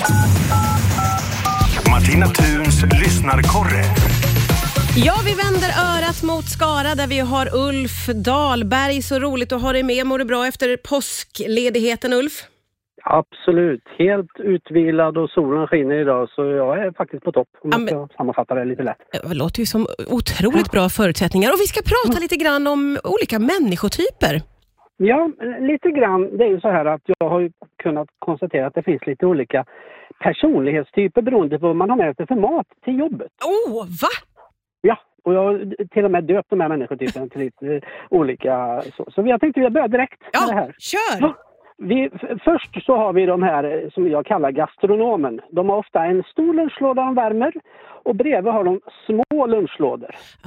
Martina Thuns lyssnarkorre. Ja, vi vänder örat mot Skara där vi har Ulf Dahlberg. Så roligt att ha dig med. Mår du bra efter påskledigheten, Ulf? Absolut. Helt utvilad och solen skiner idag, så jag är faktiskt på topp om man ska sammanfatta det lite lätt. Det låter ju som otroligt bra förutsättningar. Och vi ska prata lite grann om olika människotyper. Ja, lite grann. Det är ju så här att jag har ju kunnat konstatera att det finns lite olika personlighetstyper beroende på vad man har med sig för mat till jobbet. Va? Ja, och jag har till och med döpt de här människotyperna till lite olika. Så jag tänkte att jag börjar direkt med det här. Kör! Först så har vi de här som jag kallar gastronomen. De har ofta en stor lunchlåda de värmer och bredvid har de små lunchlådor.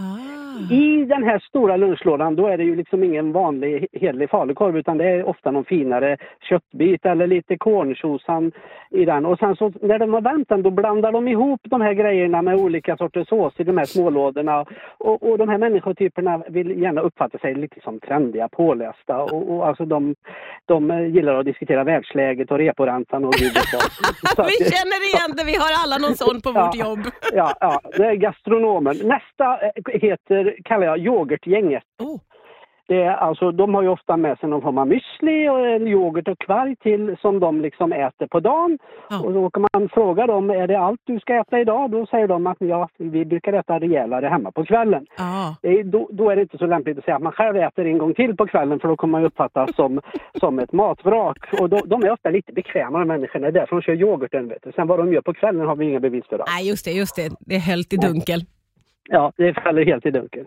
I den här stora lunchlådan då är det ju liksom ingen vanlig hederlig falukorv, utan det är ofta någon finare köttbit eller lite kornchosan i den. Och sen så när de har vänt den då blandar de ihop de här grejerna med olika sorters sås i de här smålådorna. Och de här människotyperna vill gärna uppfatta sig lite som trendiga, pålästa. Och alltså de gillar att diskutera världsläget och reporäntan och gud och så. Vi känner igen det, vi har alla någon sån på vårt jobb. Ja, det är gastronomen. Nästa kallar jag yoghurtgänget. Det är alltså, de har ju ofta med sig någon form av müsli och en yoghurt och kvarg till som de liksom äter på dagen. Och då kan man fråga dem, är det allt du ska äta idag? Då säger de att vi brukar äta rejälare hemma på kvällen. Då är det inte så lämpligt att säga att man själv äter en gång till på kvällen, för då kommer man ju uppfattas som ett matvrak. Och de är ofta lite bekvämare människorna, det är därför de kör yoghurten. Vet du. Sen vad de gör på kvällen har vi inga bevis för det. Nej, just det. Det är helt i dunkel. Ja, det faller helt i dunkel.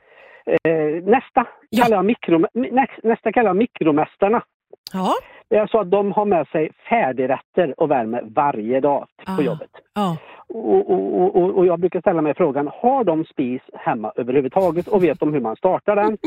Nästa kallar jag mikromästarna. Ja. Det är så att de har med sig färdigrätter och värmer varje dag på jobbet. Och jag brukar ställa mig frågan, har de spis hemma överhuvudtaget och vet de hur man startar den?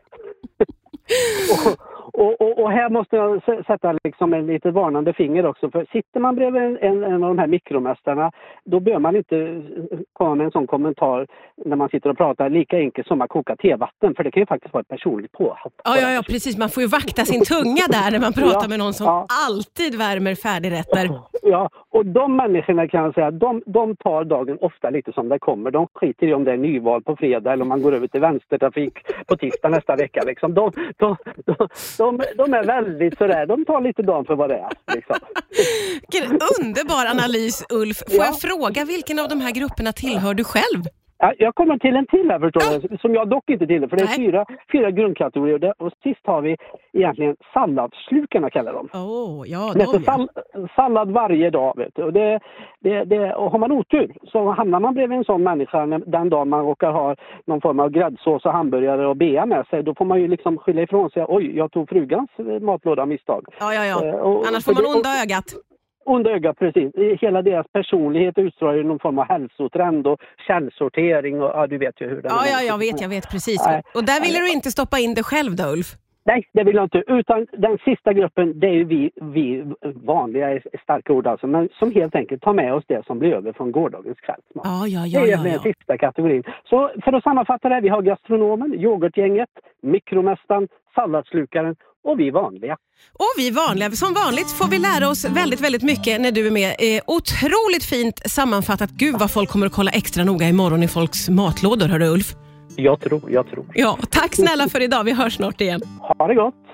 Och här måste jag sätta liksom en lite varnande finger också, för sitter man bredvid en av de här mikromästarna, då bör man inte komma med en sån kommentar när man sitter och pratar lika enkelt som att koka tevatten, för det kan ju faktiskt vara ett personligt påhopp. Ja, precis. Man får ju vakta sin tunga där när man pratar med någon som alltid värmer färdigrätter. Ja, och de människorna kan jag säga, de tar dagen ofta lite som det kommer. De skiter i om det är nyval på fredag eller om man går över till vänstertrafik på tisdag nästa vecka. Liksom. De är väldigt sådär, de tar lite dagen för vad det är. Liksom. Vilken underbar analys, Ulf. Får jag fråga, vilken av de här grupperna tillhör du själv? Ja, jag kommer till en till här förstår du, som jag dock inte tillhör, för det är fyra grundkategorier. Och sist har vi egentligen salladslukarna kallar de. Sallad varje dag, vet du. Och har man otur så hamnar man bredvid en sån människa den dag man råkar ha någon form av gräddsås och hamburgare och bea med sig. Då får man ju liksom skylla ifrån sig, oj, jag tog frugans matlåda av misstag. Annars får man onda ögat. Onda ögat, precis. Hela deras personlighet utstrålar ju någon form av hälsotrend och källsortering och du vet ju hur det är. Jag vet precis. Och där ville du inte stoppa in det själv då, Ulf? Nej, det vill jag inte. Utan den sista gruppen, det är ju vi vanliga starka ord alltså, men som helt enkelt tar med oss det som blir över från gårdagens kvällsmat. Det är den sista kategorin. Så för att sammanfatta det, vi har gastronomen, yoghurtgänget, mikromästaren, salladslukaren och vi vanliga. Och vi vanliga, som vanligt får vi lära oss väldigt, väldigt mycket när du är med. Otroligt fint sammanfattat. Gud vad folk kommer att kolla extra noga imorgon i folks matlådor, hör du Ulf? Jag tror. Ja, tack snälla för idag. Vi hörs snart igen. Ha det gott.